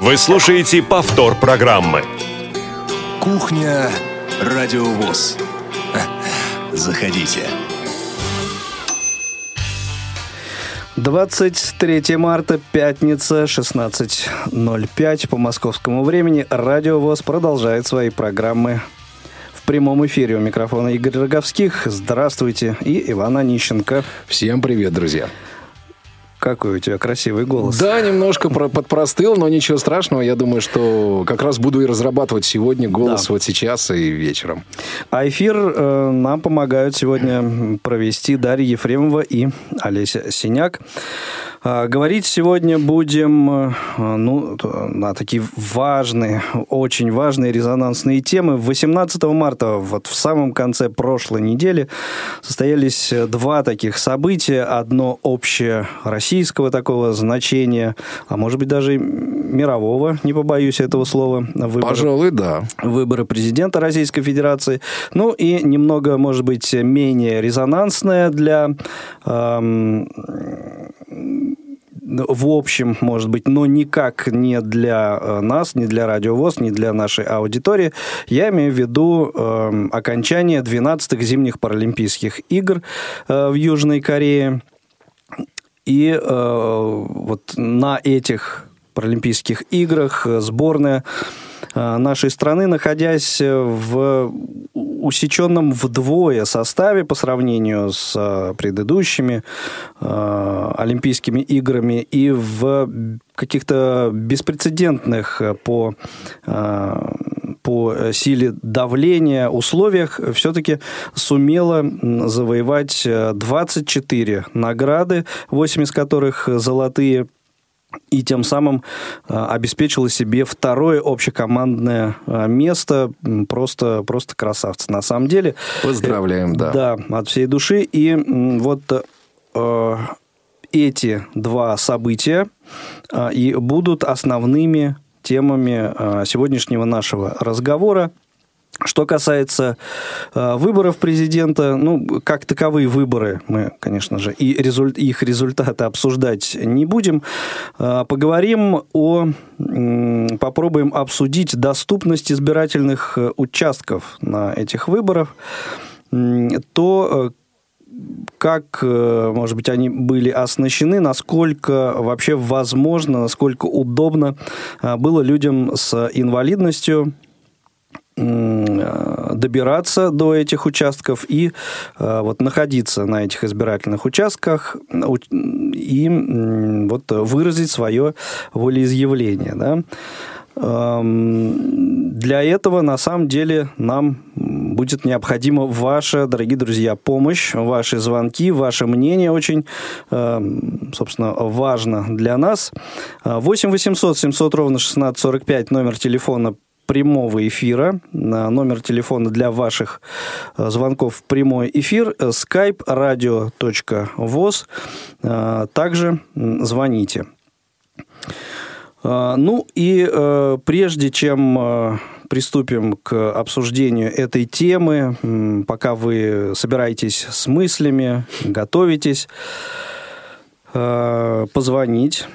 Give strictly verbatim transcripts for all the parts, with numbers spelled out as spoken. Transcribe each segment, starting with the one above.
Вы слушаете повтор программы. Кухня Радио ВОС. Заходите. двадцать третьего марта, пятница, шестнадцать ноль пять по московскому времени. Радио ВОС продолжает свои программы в прямом эфире. У микрофона Игорь Роговских. Здравствуйте. И Иван Онищенко. Всем привет, друзья. Какой у тебя красивый голос. Да, немножко про- подпростыл, но ничего страшного. Я думаю, что как раз буду и разрабатывать сегодня голос, да, вот сейчас и вечером. А эфир э, нам помогают сегодня провести Дарья Ефремова и Олеся Синяк. А, говорить сегодня будем э, ну, на такие важные, очень важные резонансные темы. восемнадцатого марта, вот в самом конце прошлой недели, состоялись два таких события. Одно общее российского такого значения, а может быть даже мирового, не побоюсь этого слова. Выборы, Пожалуй, да. Выборы президента Российской Федерации. Ну и немного, может быть, менее резонансное для... Эм, в общем, может быть, но никак не для нас, не для Радио ВОС, не для нашей аудитории. Я имею в виду э, окончание двенадцатых зимних паралимпийских игр э, в Южной Корее. И э, вот на этих паралимпийских играх сборная э, нашей страны, находясь в усеченном вдвое составе по сравнению с э, предыдущими э, Олимпийскими играми и в каких-то беспрецедентных по, э, по силе давления условиях, все-таки сумела завоевать двадцать четыре награды, восемь из которых золотые, и тем самым а, обеспечила себе второе общекомандное а, место. Просто, просто красавцы, на самом деле. Поздравляем, да. Да, от всей души. И м, вот э, эти два события э, и будут основными темами э, сегодняшнего нашего разговора. Что касается э, выборов президента, ну, как таковые выборы, мы, конечно же, и результ, их результаты обсуждать не будем. Э, поговорим о... Э, попробуем обсудить доступность избирательных участков на этих выборах. Э, то, э, как, э, может быть, они были оснащены, насколько вообще возможно, насколько удобно э, было людям с инвалидностью добираться до этих участков и э, вот находиться на этих избирательных участках и э, вот выразить свое волеизъявление, да. Эм, для этого, на самом деле, нам будет необходима ваша, дорогие друзья, помощь, ваши звонки, ваше мнение очень, э, собственно, важно для нас. восемь восемьсот семьсот ровно шестнадцать сорок пять, номер телефона прямого эфира, номер телефона для ваших звонков в прямой эфир, skype radio точка voz, также звоните. Ну и прежде чем приступим к обсуждению этой темы, пока вы собираетесь с мыслями, готовитесь, позвонить.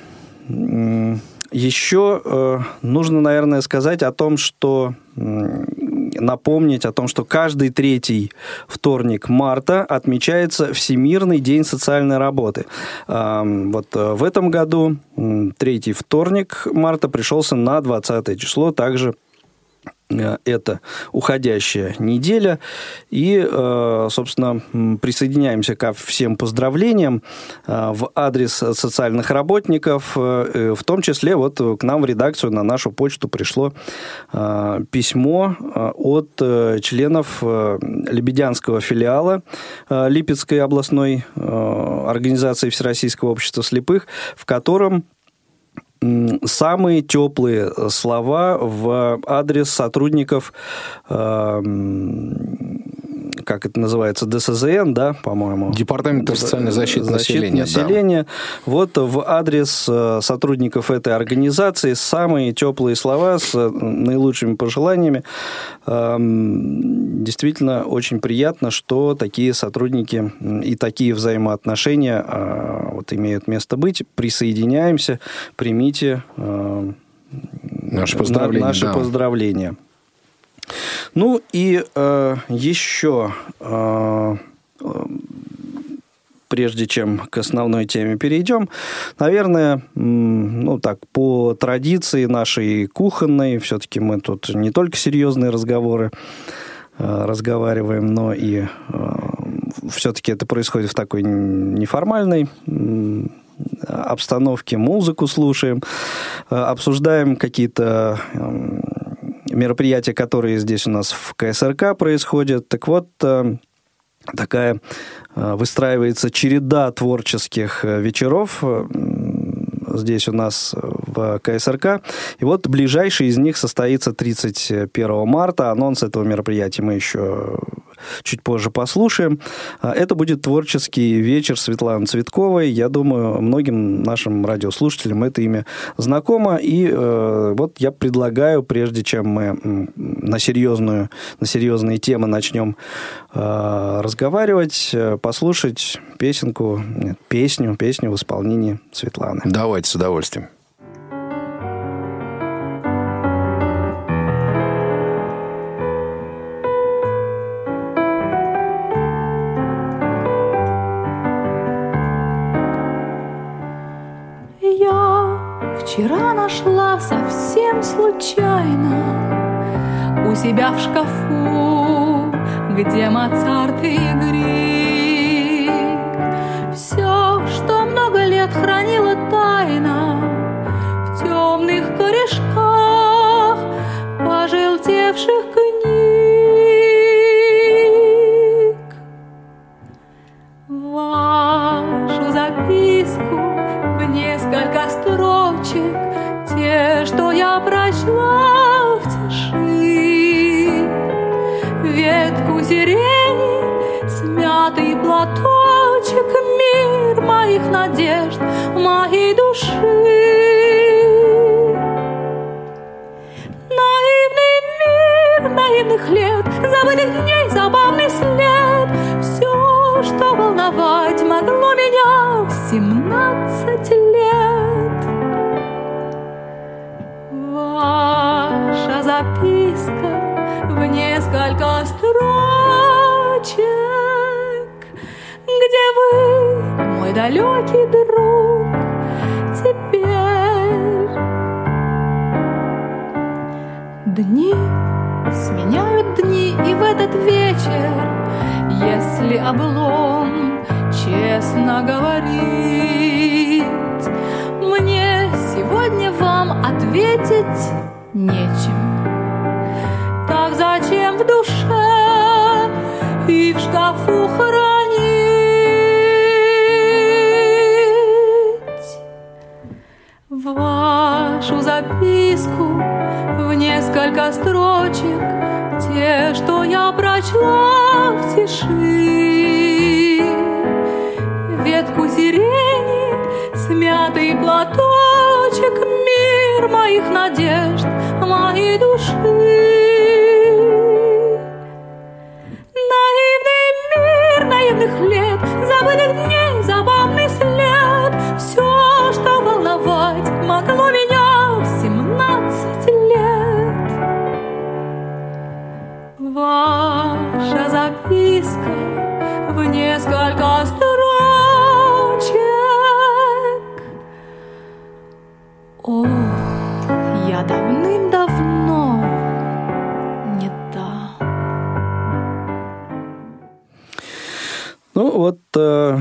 Еще э, нужно, наверное, сказать о том, что э, напомнить о том, что каждый третий вторник марта отмечается Всемирный день социальной работы. Э, вот э, в этом году э, третий вторник марта пришелся на двадцатое число, также это уходящая неделя. И, собственно, присоединяемся ко всем поздравлениям в адрес социальных работников. В том числе вот к нам в редакцию, на нашу почту пришло письмо от членов Лебедянского филиала Липецкой областной организации Всероссийского общества слепых, в котором самые теплые слова в адрес сотрудников, э, как это называется, ДСЗН, да, по-моему? Департамента социальной защиты, защиты населения. населения. Да. Вот в адрес сотрудников этой организации самые теплые слова с наилучшими пожеланиями. Э, действительно, очень приятно, что такие сотрудники и такие взаимоотношения э, вот, имеют место быть. Присоединяемся, примите Наши поздравления. Наши да. поздравления. Ну и э, еще, э, прежде чем к основной теме перейдем, наверное, ну так, по традиции нашей кухонной, все-таки мы тут не только серьезные разговоры э, разговариваем, но и э, все-таки это происходит в такой неформальной э, обстановке, музыку слушаем, э, обсуждаем какие-то... Э, мероприятия, которые здесь у нас в ка эс эр ка происходят. Так вот, такая выстраивается череда творческих вечеров здесь у нас в ка эс эр ка. И вот ближайший из них состоится тридцать первого марта. Анонс этого мероприятия мы еще чуть позже послушаем. Это будет творческий вечер Светланы Цветковой. Я думаю, многим нашим радиослушателям это имя знакомо. И э, вот я предлагаю, прежде чем мы на, серьезную, на серьезные темы начнем э, разговаривать, послушать песенку, нет, песню, песню в исполнении Светланы. Давайте, с удовольствием. Вчера нашла совсем случайно у себя в шкафу, где Моцарт и Грик. Все, что много лет хранила тайно в темных корешках пожелтевших книг. Вашу записку в несколько строчек, те, что я прочла в тиши, ветку сирени, смятый платочек, мир моих надежд, моей души. Наивный мир наивных лет, забытых дней, забавный след, все, что волновать могло меня в семнадцать лет. Ваша записка в несколько строчек, где вы, мой далекий друг, теперь. Дни сменяют дни, и в этот вечер, если облом честно говорить, мне сегодня вам ответить нечем. Так зачем в душе и в шкафу хранить вашу записку в несколько строчек, те, что я прочла в тиши, ветку сирени, смятый платочек, мир моих надежд, моей души. Наивный мир наивных лет, забытых дней, забавный след, все, что волновать могло меня в семнадцать лет. Ваша записка в несколько строчек. Ох, я давным-давно не та. Ну вот э,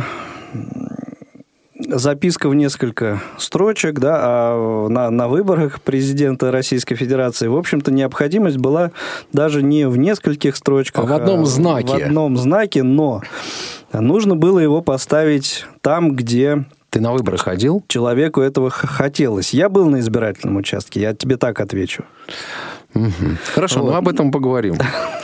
записка в несколько строчек, да, а на, на выборах президента Российской Федерации, в общем-то, необходимость была даже не в нескольких строчках, а в одном знаке. В одном знаке, но нужно было его поставить там, где... Ты на выборы ходил? Человеку этого хотелось. Я был на избирательном участке, я тебе так отвечу. Угу. Хорошо, вот. Мы об этом поговорим.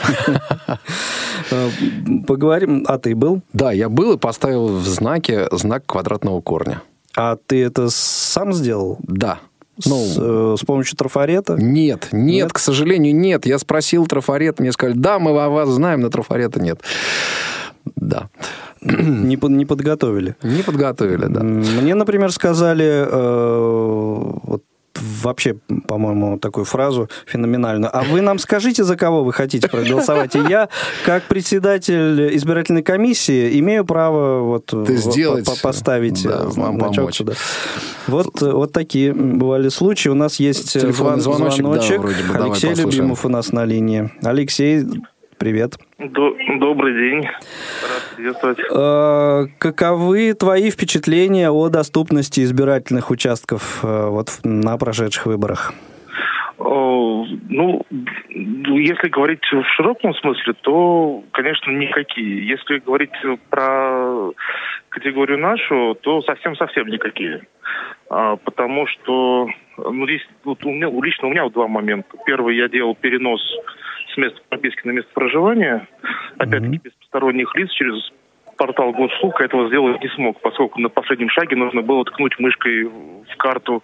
Поговорим. А ты был? Да, я был и поставил в знаке знак квадратного корня. А ты это сам сделал? Да. Ну, с, с помощью трафарета? Нет, нет, нет, к сожалению, нет. Я спросил трафарет, мне сказали, да, мы о вас знаем, но трафарета нет. Да. Не, не подготовили? Не подготовили, да. Мне, например, сказали, э, вот в вообще, по-моему, такую фразу феноменальную. А вы нам скажите, за кого вы хотите проголосовать. И я, как председатель избирательной комиссии, имею право вот сделать, поставить да, вам помочь. Туда. Вот, вот такие бывали случаи. У нас есть звон, звоночек. звоночек. Да, бы. Алексей Любимов у нас на линии. Алексей, привет. Добрый день. Рад приветствовать. А, каковы твои впечатления о доступности избирательных участков вот, на прошедших выборах? Ну, если говорить в широком смысле, то, конечно, никакие. Если говорить про категорию нашу, то совсем-совсем никакие. А, потому что, ну, здесь вот у меня, лично у меня вот два момента. Первый, я делал перенос с места прописки на место проживания. Опять-таки, без посторонних лиц, через портал Госуслуг этого сделать не смог, поскольку на последнем шаге нужно было ткнуть мышкой в карту,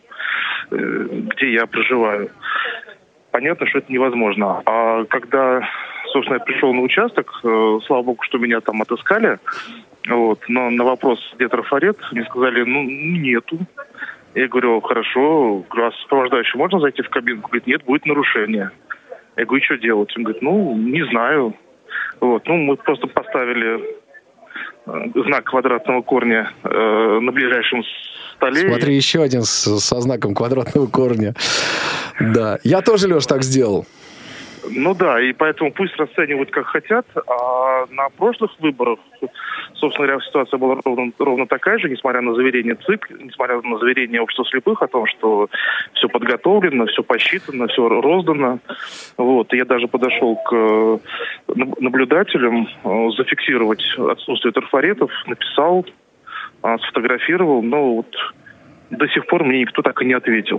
где я проживаю. Понятно, что это невозможно. А когда, собственно, я пришел на участок, слава богу, что меня там отыскали, вот, но на вопрос, где трафарет, мне сказали, ну, нету. Я говорю, хорошо, а сопровождающий можно зайти в кабинку? Говорит, нет, будет нарушение. Я говорю, что делать? Он говорит, ну, не знаю. Вот, ну, мы просто поставили знак квадратного корня э, на ближайшем столе. Смотри, еще один с, со знаком квадратного корня. Да, я тоже, Леш, так сделал. Ну да, и поэтому пусть расценивают как хотят. А на прошлых выборах, собственно говоря, ситуация была ровно, ровно такая же, несмотря на заверение ЦИК, несмотря на заверение общества слепых о том, что все подготовлено, все посчитано, все роздано. Вот. И я даже подошел к наблюдателям зафиксировать отсутствие трафаретов, написал, сфотографировал, но вот до сих пор мне никто так и не ответил.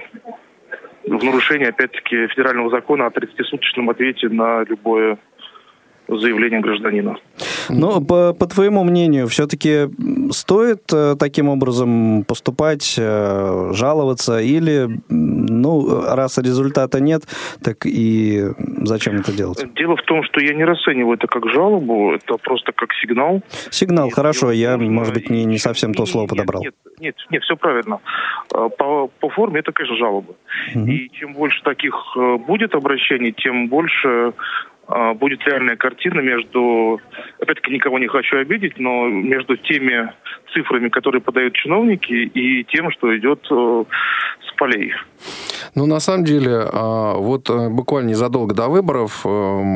В нарушении, опять-таки, федерального закона о тридцатисуточном ответе на любое заявление гражданина. Ну, по, по твоему мнению, все-таки стоит э, таким образом поступать, э, жаловаться, или, ну, раз результата нет, так и зачем это делать? Дело в том, что я не расцениваю это как жалобу, это просто как сигнал. Сигнал, нет, хорошо, я, нужно... может быть, не, не совсем то слово подобрал. Нет, нет, нет, нет, все правильно. По, по форме это, конечно, жалоба. Угу. И чем больше таких будет обращений, тем больше будет реальная картина между, опять-таки никого не хочу обидеть, но между теми цифрами, которые подают чиновники, и тем, что идет с полей. Ну, на самом деле, вот буквально незадолго до выборов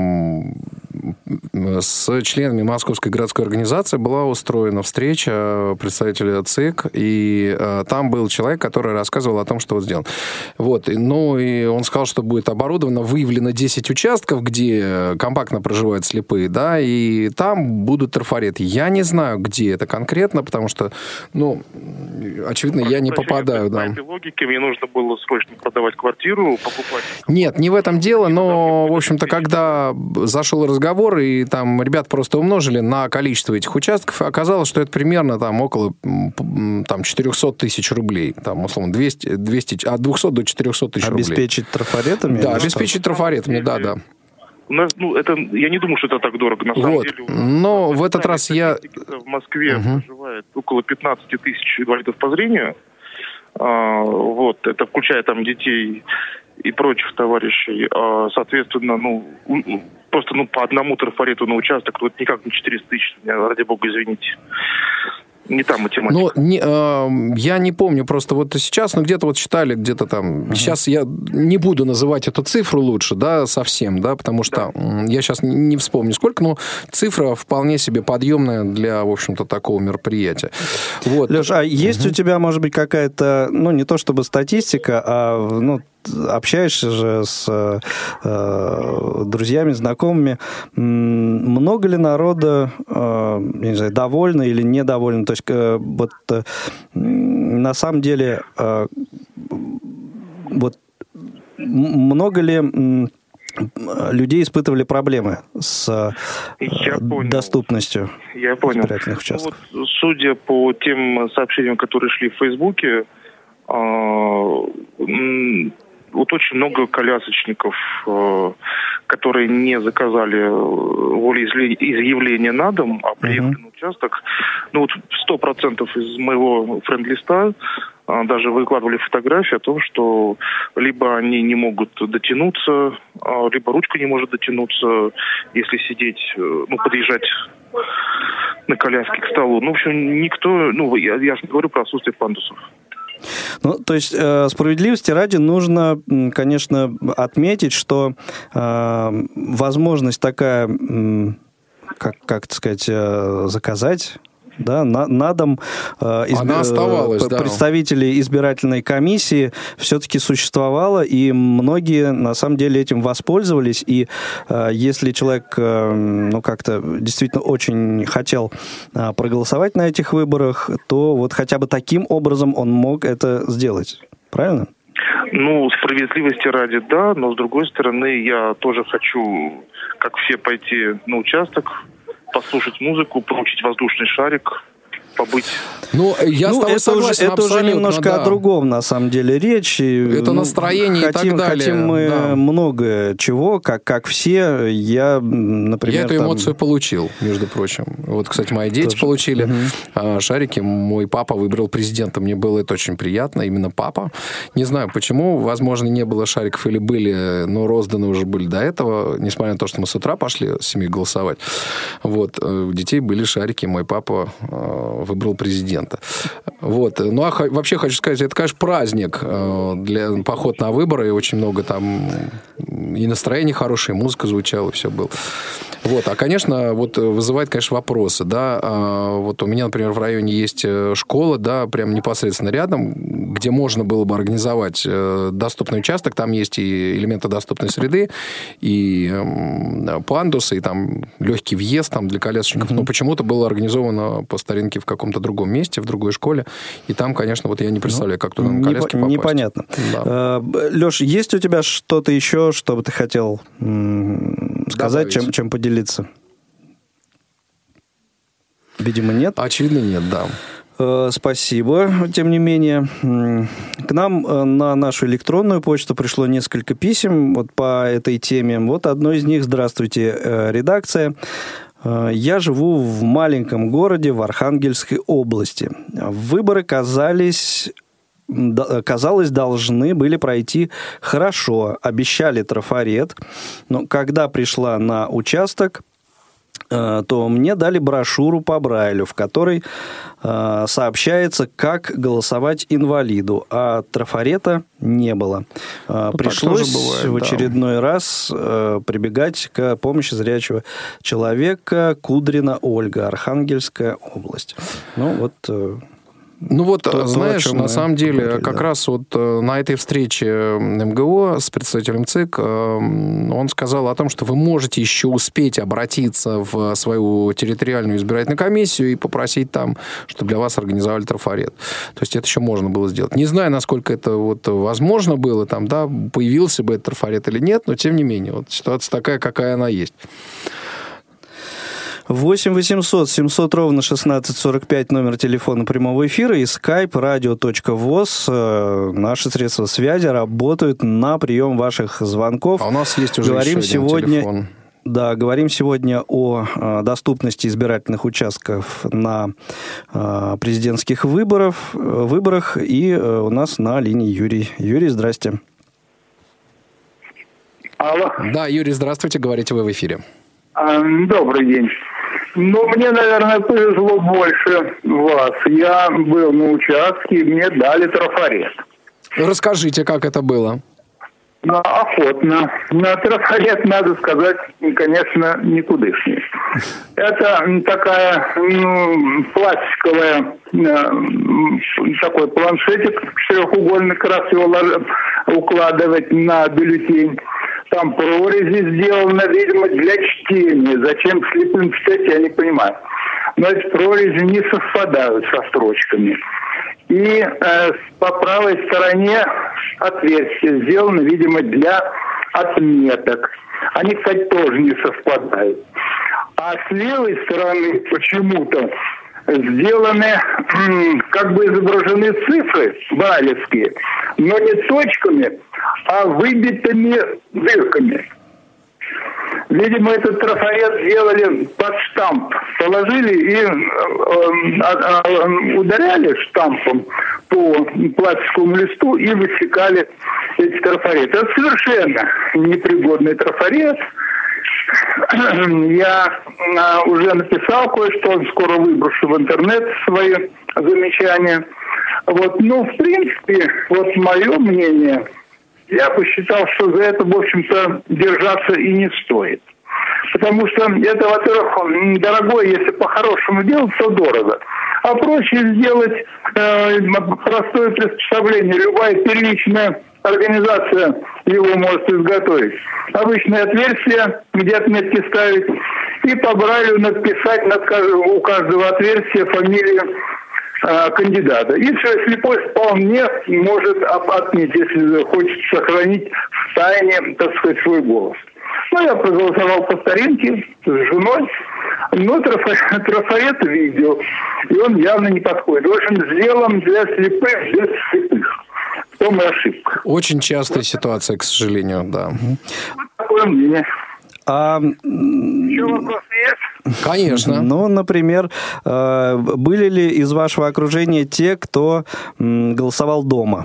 с членами Московской городской организации была устроена встреча представителя ЦИК, и там был человек, который рассказывал о том, что вот сделан. Вот. Ну, и он сказал, что будет оборудовано, выявлено десять участков, где компактно проживают слепые, да, и там будут трафареты. Я не знаю, где это конкретно, потому что, ну, очевидно, Просто я не попадаю. Да. По этой логике мне нужно было срочно продавать квартиру, покупать... Нет, не в этом дело, но, в общем-то, когда зашел разговор, и там ребят просто умножили на количество этих участков, и оказалось, что это примерно там около там, четыреста тысяч рублей. Там, условно, двести, двести, от двухсот до четырехсот тысяч рублей. Обеспечить трафаретами? Да, обеспечить трафаретами, да, да. У нас, ну, это, я не думаю, что это так дорого, на самом вот. деле. Но в этот раз я... В Москве угу. проживает около пятнадцать тысяч инвалидов по зрению. А, вот, это включая там детей и прочих товарищей. А, соответственно, ну, просто ну, по одному трафарету на участок, вот никак не четыреста тысяч, ради бога, извините. Не та математика. Ну, не, э, я не помню просто вот сейчас, но где-то вот считали, где-то там... Uh-huh. Сейчас я не буду называть эту цифру лучше, да, совсем, да, потому что да. я сейчас не вспомню сколько, но цифра вполне себе подъемная для, в общем-то, такого мероприятия. Вот. Леш, а есть uh-huh. у тебя, может быть, какая-то, ну, не то чтобы статистика, а, ну, общаешься же с э, друзьями, знакомыми. Много ли народа, э, я не знаю, довольно или недовольно? То есть, э, вот э, на самом деле, э, вот много ли э, людей испытывали проблемы с э, доступностью Я понял. избирательных участков? Ну, вот, судя по тем сообщениям, которые шли в Фейсбуке, э, вот очень много колясочников, э, которые не заказали волеизъявления на дом, а приехали uh-huh. на участок. Ну вот сто процентов из моего френд-листа даже выкладывали фотографии о том, что либо они не могут дотянуться, либо ручка не может дотянуться, если сидеть, ну, подъезжать на коляске к столу. Ну, в общем, никто, ну, я, я же говорю про отсутствие пандусов. Ну, то есть, э, справедливости ради нужно, конечно, отметить, что э, возможность такая, э, как, как сказать, э, заказать... Да, на, на дом э, изби... оставалась, да. представителей избирательной комиссии все-таки существовало, и многие на самом деле этим воспользовались. И э, если человек э, ну, как-то действительно очень хотел э, проголосовать на этих выборах, то вот хотя бы таким образом он мог это сделать. Правильно? Ну, справедливости ради, да, но с другой стороны, я тоже хочу, как все, пойти на участок, послушать музыку, получить воздушный шарик, побыть. Ну, я ну, с тобой это согласен, уже, это уже немножко да. о другом, на самом деле, речь. Это ну, настроение хотим, и так далее. Хотим мы да. много чего, как, как все. Я, например... Я эту там... эмоцию получил, между прочим. Вот, кстати, мои дети Тоже. получили угу. шарики. Мой папа выбрал президента. Мне было это очень приятно. Именно папа. Не знаю, почему. Возможно, не было шариков или были, но розданы уже были до этого. Несмотря на то, что мы с утра пошли с семьей голосовать. Вот. У детей были шарики. Мой папа выбрал президента. Вот. Ну, а вообще хочу сказать, это, конечно, праздник для поход на выборы, и очень много там и настроение хорошее, и музыка звучала, и все было. Вот. А, конечно, вот вызывает, конечно, вопросы, да. Вот у меня, например, в районе есть школа, да, прям непосредственно рядом, где можно было бы организовать доступный участок, там есть и элементы доступной среды, и пандусы, и там легкий въезд там для колясочников, mm-hmm. но почему-то было организовано по старинке в каком-то другом месте, в другой школе, и там, конечно, вот я не представляю, как туда на коляске попасть. Непонятно. Да. Леш, есть у тебя что-то еще, что бы ты хотел м- сказать, чем, чем поделиться? Видимо, нет. Очевидно, нет, да. Спасибо, тем не менее. К нам на нашу электронную почту пришло несколько писем вот по этой теме. Вот одно из них. Здравствуйте, редакция. Я живу в маленьком городе в Архангельской области. Выборы казались... казалось, должны были пройти хорошо. Обещали трафарет. Но когда пришла на участок, то мне дали брошюру по Брайлю, в которой э, сообщается, как голосовать инвалиду, а трафарета не было. Э, ну, пришлось бывает, в очередной да. раз э, прибегать к помощи зрячего человека. Кудрина Ольга, Архангельская область. Ну вот... Э, Ну вот, то, знаешь, то, на самом деле, говорили, как да. раз вот на этой встрече эм гэ о с представителем ЦИК, он сказал о том, что вы можете еще успеть обратиться в свою территориальную избирательную комиссию и попросить там, чтобы для вас организовали трафарет. То есть это еще можно было сделать. Не знаю, насколько это вот возможно было, там, да, появился бы этот трафарет или нет, но тем не менее, вот ситуация такая, какая она есть. восемь восемьсот семьсот ровно шестнадцать сорок пять номер телефона прямого эфира и skype radio.voz. Наши средства связи работают на прием ваших звонков. А у нас есть уже говорим еще один сегодня, телефон. Да, говорим сегодня о доступности избирательных участков на президентских выборах, выборах. И у нас на линии Юрий. Юрий, здрасте. Алло. Да, Юрий, здравствуйте, говорите вы в эфире. Добрый день. Ну, мне, наверное, повезло больше вас. Я был на участке, и мне дали трафарет. Расскажите, как это было? Ну, охотно. На трафарет, надо сказать, конечно, никудышний. Это такая, ну, пластиковая, такой планшетик четырехугольный, как раз его укладывать на бюллетень. Там прорези сделаны, видимо, для чтения. Зачем слепым читать, я не понимаю. Но эти прорези не совпадают со строчками. И э, по правой стороне отверстие сделано, видимо, для отметок. Они, кстати, тоже не совпадают. А с левой стороны почему-то сделаны, как бы изображены цифры брайлевские, но не точками, а выбитыми дырками. Видимо, этот трафарет сделали под штамп. Положили и э, э, ударяли штампом по пластиковому листу и высекали эти трафареты. Это совершенно непригодный трафарет. Я э, уже написал кое-что, скоро выброшу в интернет свои замечания. Вот. Но, в принципе, вот мое мнение, я посчитал, что за это, в общем-то, держаться и не стоит. Потому что это, во-первых, дорогое, если по-хорошему делать, то дорого. А проще сделать э, простое приспособление. Любая первичная организация его может изготовить. Обычное отверстие, где отметки ставить, и по Брайлю написать над каждым, у каждого отверстия фамилию э, кандидата. И все, слепой вполне может отметить, если хочет сохранить в тайне, так сказать, свой голос. Ну, я проголосовал по старинке с женой, но трафарет, трафарет видел, и он явно не подходит. В общем, сделан для слепых, для слепых. В том и ошибка. Очень частая ситуация, к сожалению, да. Вот такое мнение. А... Еще вопросы есть? Конечно. Ну, например, были ли из вашего окружения те, кто голосовал дома?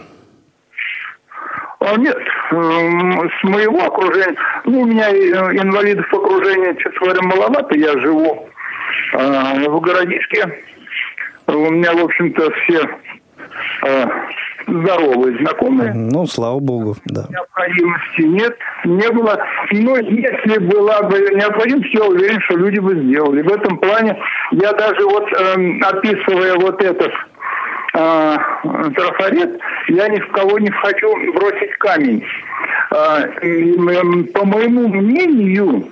Нет, с моего окружения, ну, у меня инвалидов в окружении, честно говоря, маловато, я живу э, в городишке, у меня, в общем-то, все э, здоровые, знакомые. Ну, слава богу, да. Необходимости нет, не было, но если была бы необходимость, я уверен, что люди бы сделали. В этом плане я даже вот, э, описывая вот этот трафарет, я ни в кого не хочу бросить камень. По моему мнению,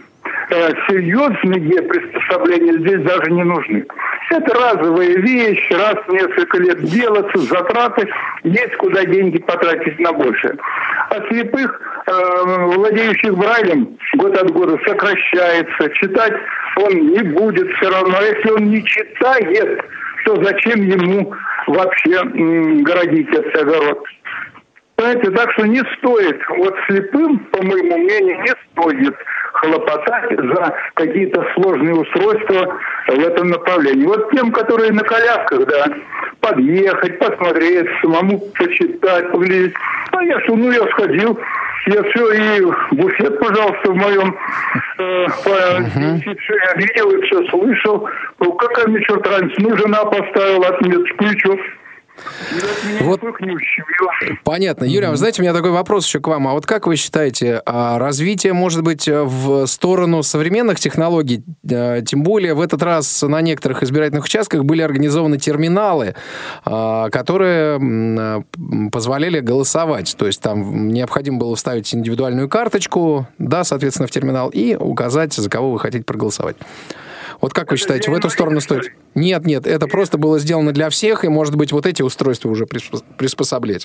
серьезные приспособления здесь даже не нужны. Это разовая вещь, раз в несколько лет делаться, затраты, есть куда деньги потратить на большее. А слепых, владеющих Брайлем, год от года сокращается, читать он не будет все равно. А если он не читает, то зачем ему вообще м, городить этот огород? Понимаете, так что не стоит, вот слепым, по моему мнению, не стоит хлопотать за какие-то сложные устройства в этом направлении. Вот тем, которые на колясках, да, подъехать, посмотреть, самому почитать, поглядеть. А я что, ну я сходил, я все, и буфет, пожалуйста, в моем э, uh-huh. все я видел и все слышал. Ну, какая мне черт разница, ну, жена поставила отметочку, и что? Вот. Понятно. Юрий, вы знаете, у меня такой вопрос еще к вам. А вот как вы считаете, развитие, может быть, в сторону современных технологий, тем более в этот раз на некоторых избирательных участках были организованы терминалы, которые позволяли голосовать. То есть там необходимо было вставить индивидуальную карточку, да, соответственно, в терминал и указать, за кого вы хотите проголосовать. Вот как вы считаете, в эту сторону стоит? Нет, нет, это просто было сделано для всех, и, может быть, вот эти устройства уже приспособлять.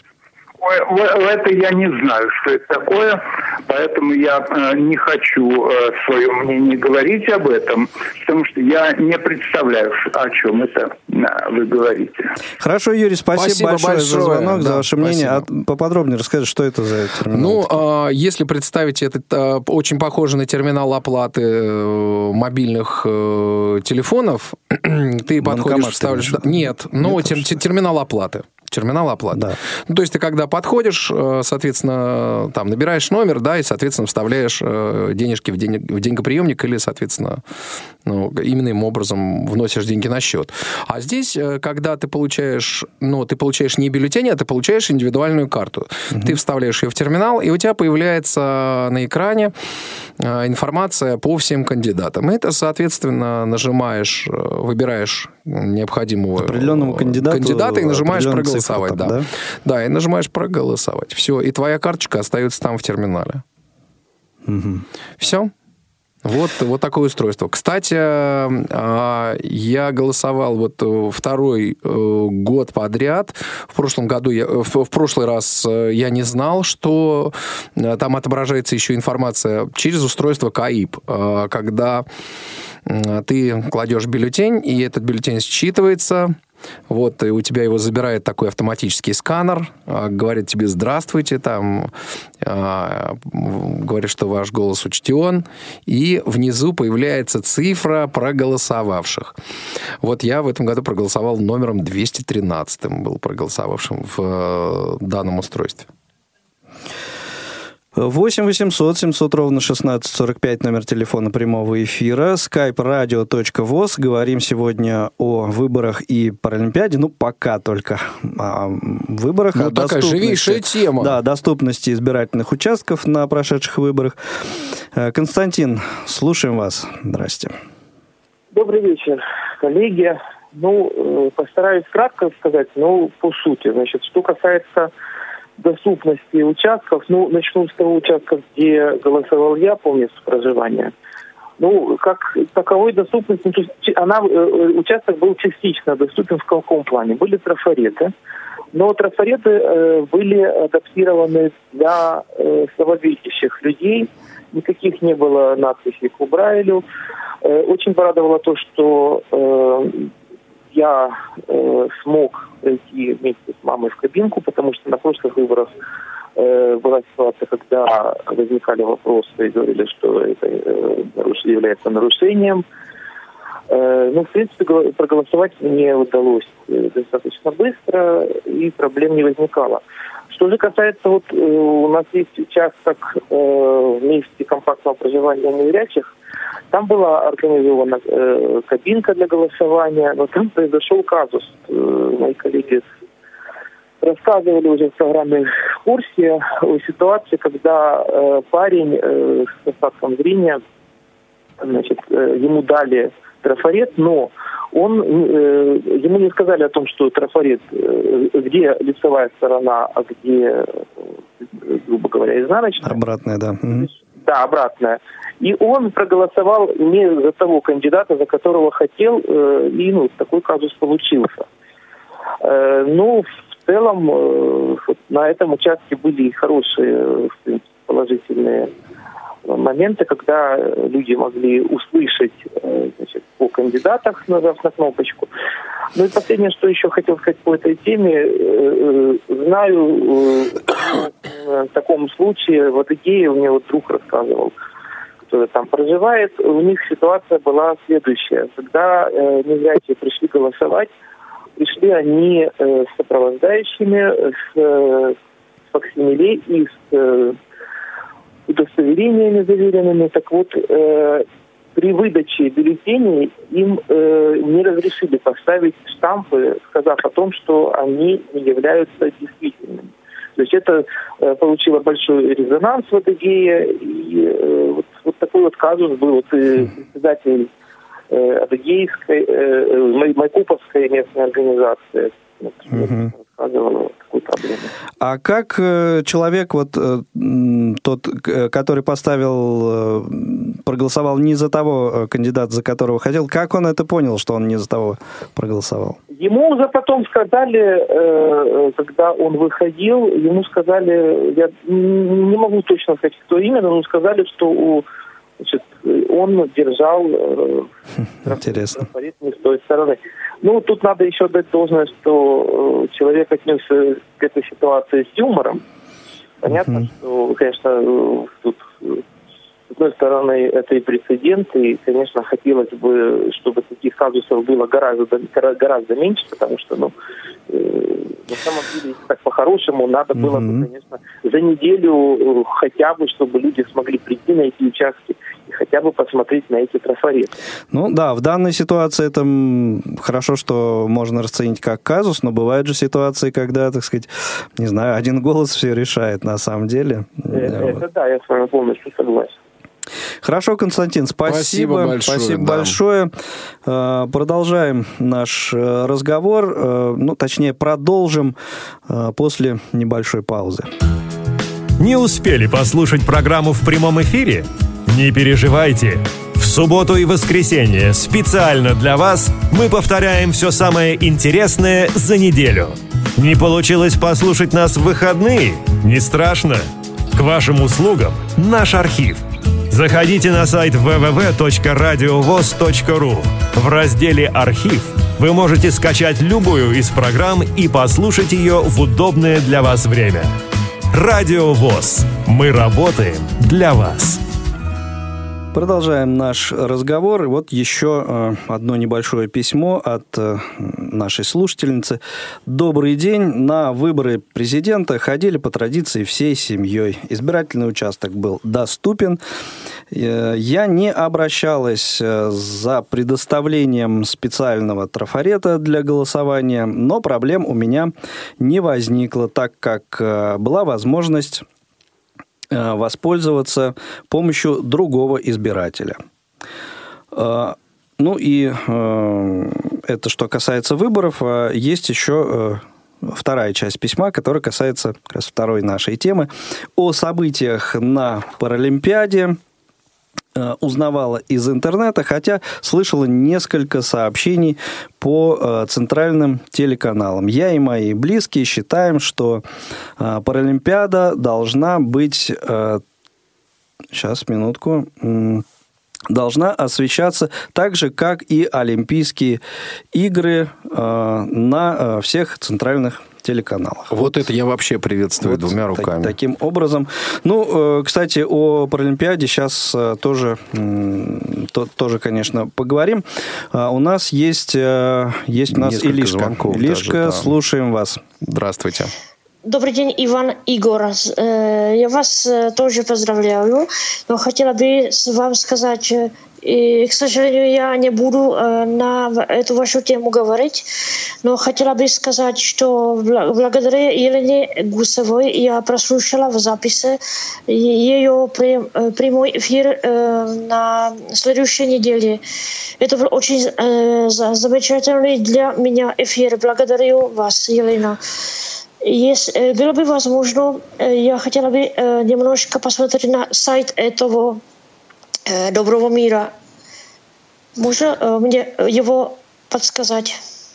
Это я не знаю, что это такое, поэтому я э, не хочу э, свое мнение говорить об этом, потому что я не представляю, о чем это э, вы говорите. Хорошо, Юрий, спасибо, спасибо большое, большое за звонок, да, за ваше спасибо. мнение. А поподробнее расскажи, что это за терминал? Ну, э, если представить, это э, очень похоже на терминал оплаты э, мобильных э, телефонов, ты подходишь, вставляешь... Нет, ну, тер- терминал оплаты. Терминал оплаты. Да. Ну, то есть ты когда подходишь, соответственно, там набираешь номер, да, и, соответственно, вставляешь денежки в, день, в деньгоприемник или, соответственно, ну, именным образом вносишь деньги на счет. А здесь, когда ты получаешь, ну, ты получаешь не бюллетень, а ты получаешь индивидуальную карту. Угу. Ты вставляешь ее в терминал, и у тебя появляется на экране информация по всем кандидатам. И это, соответственно, нажимаешь, выбираешь необходимого определенному кандидату, кандидата и нажимаешь проголосовать. Там, да. Да? да, и нажимаешь проголосовать. Все, и твоя карточка остается там в терминале. Угу. Все. Вот, вот такое устройство. Кстати, я голосовал вот второй год подряд. В прошлом году, я, в, в прошлый раз я не знал, что там отображается еще информация через устройство КАИП, когда ты кладешь бюллетень, и этот бюллетень считывается, Вот, и у тебя его забирает такой автоматический сканер, говорит тебе «здравствуйте», там, говорит, что ваш голос учтен, и внизу появляется цифра проголосовавших. Вот я в этом году проголосовал номером двести тринадцатым, был проголосовавшим в данном устройстве. восемь восемьсот семьсот ровно шестнадцать сорок пять, номер телефона прямого эфира, skype radio точка voz. Говорим сегодня о выборах и Паралимпиаде. Ну, пока только о выборах. Ну, о такая живейшая тема. Да, доступности избирательных участков на прошедших выборах. Константин, слушаем вас. Здрасте. Добрый вечер, коллеги. Ну, постараюсь кратко сказать, но по сути. Значит, что касается доступности участков, ну, начну с того участка, где голосовал я по месту проживания. Ну, как таковой доступности, то есть она, участок был частично доступен в каком плане? Были трафареты, но трафареты э, были адаптированы для э, слабовидящих людей, никаких не было надписей по Брайлю. Э, очень порадовало то, что э, я э, смог пройти вместе с мамой в кабинку, потому что на прошлых выборах э, была ситуация, когда возникали вопросы и говорили, что это э, является нарушением. Э, ну, в принципе, проголосовать мне удалось э, достаточно быстро, и проблем не возникало. Что же касается, вот э, у нас есть участок э, в месте компактного проживания незрячих. Там была организована э, кабинка для голосования, но там произошел казус. Э, мои коллеги рассказывали уже в программе в курсе о ситуации, когда э, парень э, с остатком зрения, значит, э, ему дали трафарет, но он, э, ему не сказали о том, что трафарет, э, где лицевая сторона, а где, э, грубо говоря, изнаночная. Обратная, да. Mm-hmm. Да, обратная. И он проголосовал не за того кандидата, за которого хотел, э, и ну, такой казус получился. Э, ну, в целом, э, на этом участке были хорошие, в принципе, положительные моменты, когда люди могли услышать, э, значит, по кандидатах, нажав на кнопочку. Ну и последнее, что еще хотел сказать по этой теме. Э, э, знаю э, в таком случае в Адыгее, мне вот друг рассказывал, который там проживает, у них ситуация была следующая. Когда э, незрячие пришли голосовать, пришли они э, с сопровождающими, с, э, с факсимилей и с э, удостоверениями заверенными. Так вот, э, при выдаче бюллетеней им э, не разрешили поставить штампы, сказав о том, что они не являются действительными. То есть это э, получило большой резонанс в Адыгее, и э, вот, вот такой вот казус был. Вот, э, председатель э, Адыгейской, э, Майкуповской местной организации вот, uh-huh. рассказывал вот такую проблему. А как э, человек, вот э, тот, который поставил, э, проголосовал не за того э, кандидата, за которого хотел, как он это понял, что он не за того проголосовал? Ему уже потом сказали, э, когда он выходил, ему сказали, я не могу точно сказать, кто именно, но сказали, что у, значит, он держал э, трафарет не с той стороны. Ну, тут надо еще дать должное, что э, человек отнесся к этой ситуации с юмором. Понятно, uh-huh. что, конечно, тут... С одной стороны, это и прецедент, и, конечно, хотелось бы, чтобы таких казусов было гораздо, гораздо меньше, потому что, ну, э, на самом деле, так по-хорошему, надо mm-hmm. было бы, конечно, за неделю хотя бы, чтобы люди смогли прийти на эти участки и хотя бы посмотреть на эти трафареты. Ну да, в данной ситуации это хорошо, что можно расценить как казус, но бывают же ситуации, когда, так сказать, не знаю, один голос все решает на самом деле. Это, вот. это да, я с вами полностью согласен. Хорошо, Константин, спасибо. Спасибо большое. Спасибо да. большое. Продолжаем наш разговор, ну, точнее, продолжим после небольшой паузы. Не успели послушать программу в прямом эфире? Не переживайте. В субботу и воскресенье специально для вас мы повторяем все самое интересное за неделю. Не получилось послушать нас в выходные? Не страшно. К вашим услугам наш архив. Заходите на сайт дабл ю дабл ю дабл ю точка радиовос точка ру. В разделе «Архив» Вы можете скачать любую из программ и послушать ее в удобное для вас время. Радио ВОС. Мы работаем для вас. Продолжаем наш разговор. И вот еще э, одно небольшое письмо от э, нашей слушательницы. Добрый день. На выборы президента ходили по традиции всей семьей. Избирательный участок был доступен. Э, я не обращалась э, за предоставлением специального трафарета для голосования, но проблем у меня не возникло, так как э, была возможность воспользоваться помощью другого избирателя. Ну и это что касается выборов. Есть еще вторая часть письма, которая касается как раз второй нашей темы. О событиях на Паралимпиаде узнавала из интернета, хотя слышала несколько сообщений по центральным телеканалам. Я и мои близкие считаем, что Паралимпиада должна быть... Сейчас, минутку... должна освещаться так же, как и Олимпийские игры на всех центральных телеканалах. Вот, вот это я вообще приветствую вот двумя руками. Так, таким образом. Ну, кстати, о Паралимпиаде сейчас тоже, то, тоже, конечно, поговорим. У нас есть, есть у нас Несколько Илишка. звонков Илишка, даже, да. Слушаем вас. Здравствуйте. Добрый день, Иван Игор. Я вас тоже поздравляю, но хотела бы вам сказать, и, к сожалению, я не буду на эту вашу тему говорить, но хотела бы сказать, что благодаря Елене Гусевой я прослушала в записи ее прямой эфир на следующей неделе. Это был очень замечательный для меня эфир. Благодарю вас, Елена. Если было бы возможно, я хотела бы немножко посмотреть на сайт этого Доброго мира. Можно мне его подсказать?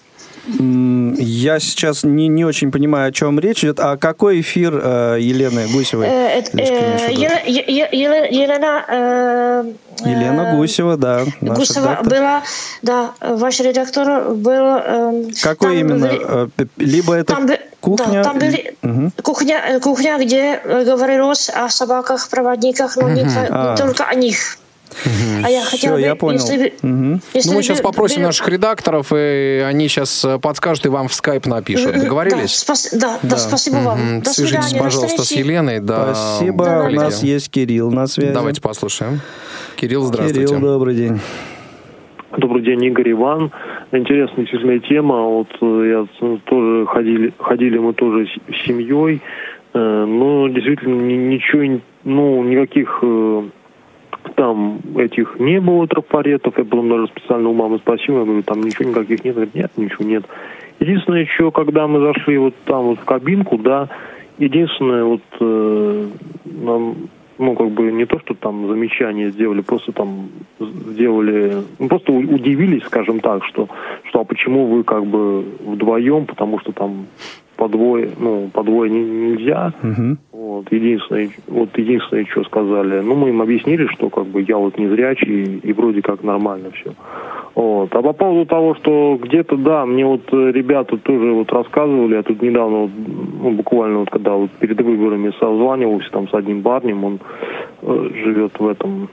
Я сейчас не, не очень понимаю, о чем речь идет. А какой эфир э, Елены Гусевой? Э, э, Елена, Елена, Елена, э, Елена Гусева, да. Гусева была, да, ваш редактор был... Э, какой именно? Были, Либо это там, кухня? Да, там были угу. кухня, кухня, где говорилось о собаках-проводниках, но угу. не, а. не только о них. Угу. А я хотела Все, бы, я понял. Если, угу. если ну, мы бы, сейчас попросим бы, наших редакторов, и они сейчас подскажут и вам в скайп напишут. Договорились? Да, спас, да, да. да, спасибо угу. вам. До Свяжитесь, свидания, пожалуйста, с Еленой. Да, спасибо. Да, у нас есть Кирилл на связи. Давайте послушаем. Кирилл, здравствуйте. Кирилл, добрый день. Добрый день, Игорь, Иван. Интересная действительно тема. Вот я тоже ходили, ходили мы тоже с семьей, но действительно ничего, ну никаких там этих не было трафаретов. Я потом даже специально у мамы спросил, я говорю, там ничего никаких нет. Говорит, нет, ничего нет. Единственное, еще, когда мы зашли вот там вот в кабинку, да, единственное, вот э, нам, ну, как бы не то, что там замечания сделали, просто там сделали, ну, просто удивились, скажем так, что, что а почему вы как бы вдвоем, потому что там по двое, ну, по двое не, нельзя. Uh-huh. Вот, единственное, вот единственное, что сказали. Ну, мы им объяснили, что как бы я вот незрячий, и вроде как нормально все. Вот. А по поводу того, что где-то, да, мне вот ребята тоже вот рассказывали, я тут недавно, вот, ну, буквально вот когда вот перед выборами созванивался там с одним парнем, он э, живет в этом,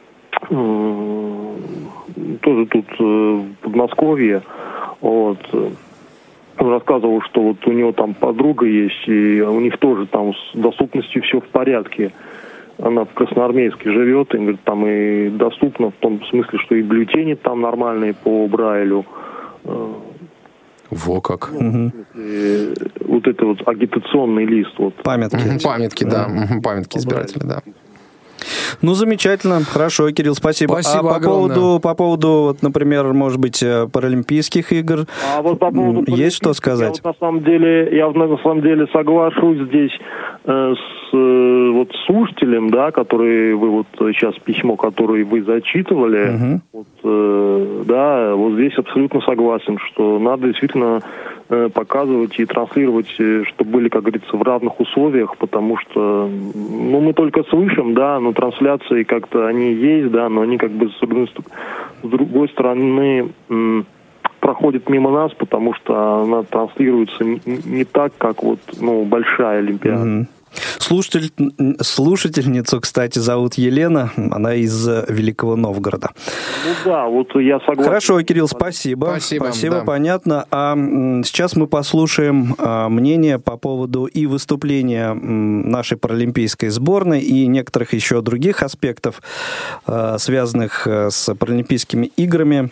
э, тоже тут э, в Подмосковье, вот. Он рассказывал, что вот у него там подруга есть, и у них тоже там с доступностью все в порядке. Она в Красноармейске живет, и говорит, там и доступно в том смысле, что и бюллетени там нормальные по Брайлю. Во как. Ну, угу. Вот это вот агитационный лист. Вот. Памятки. Угу, памятки, да. да. Угу, памятки избирателя, да. Ну, замечательно. Хорошо, Кирилл, спасибо. Спасибо а по огромное. поводу, по повоу,ду вот, например, может быть, Паралимпийских игр, а вот по поводу есть что сказать? Я вот на самом деле, я на самом деле соглашусь здесь э, с э, вот слушателем, да, который вы вот сейчас письмо, которое вы зачитывали, угу. вот, э, да, вот здесь абсолютно согласен, что надо действительно э, показывать и транслировать, чтобы были, как говорится, в равных условиях, потому что, ну, мы только слышим, да, но трансляции как-то они есть, да, но они как бы с другой стороны м- проходит мимо нас, потому что она транслируется не так, как вот, ну, большая Олимпиада. Mm-hmm. Слушатель, слушательницу, кстати, зовут Елена, она из Великого Новгорода. Ну да, вот я согласен. Хорошо, Кирилл, спасибо. Спасибо, спасибо да. Понятно. А сейчас мы послушаем мнение по поводу и выступления нашей паралимпийской сборной, и некоторых еще других аспектов, связанных с паралимпийскими играми.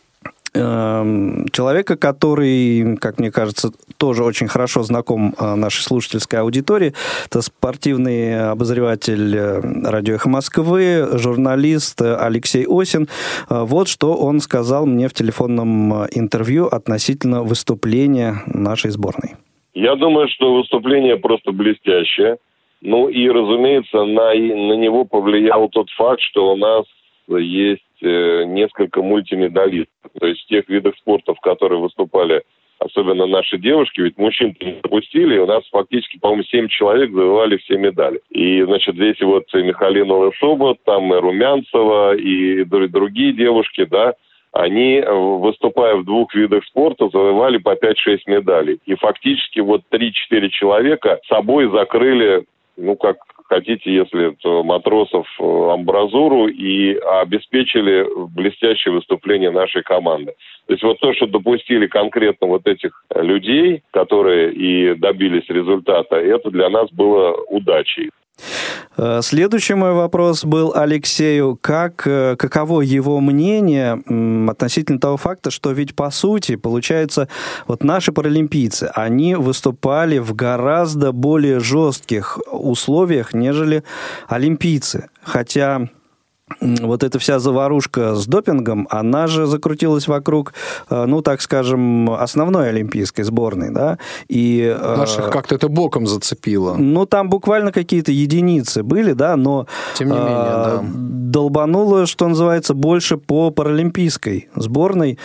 Человека, который, как мне кажется, тоже очень хорошо знаком нашей слушательской аудитории. Это спортивный обозреватель радио «Эхо Москвы», журналист Алексей Осин. Вот что он сказал мне в телефонном интервью относительно выступления нашей сборной. Я думаю, что выступление просто блестящее. Ну и, разумеется, на, на него повлиял тот факт, что у нас есть несколько мультимедалистов. То есть в тех видах спорта, в которые выступали особенно наши девушки, ведь мужчин не допустили, и у нас фактически, по-моему, семь человек завоевали все медали. И, значит, здесь вот и Михалина Лысоба, там и Румянцева, и другие девушки, да, они, выступая в двух видах спорта, завоевали по пять-шесть медалей. И фактически вот три-четыре человека собой закрыли, ну, как хотите, если это матросов, амбразуру, и обеспечили блестящее выступление нашей команды. То есть вот то, что допустили конкретно вот этих людей, которые и добились результата, это для нас было удачей. Следующий мой вопрос был Алексею. Как, каково его мнение относительно того факта, что ведь по сути, получается, вот наши паралимпийцы, они выступали в гораздо более жестких условиях, нежели олимпийцы. Хотя вот эта вся заварушка с допингом, она же закрутилась вокруг, ну, так скажем, основной олимпийской сборной, да, и... Наших как-то это боком зацепило. Ну, там буквально какие-то единицы были, да, но... Тем не менее, да. Долбануло, что называется, больше по паралимпийской сборной,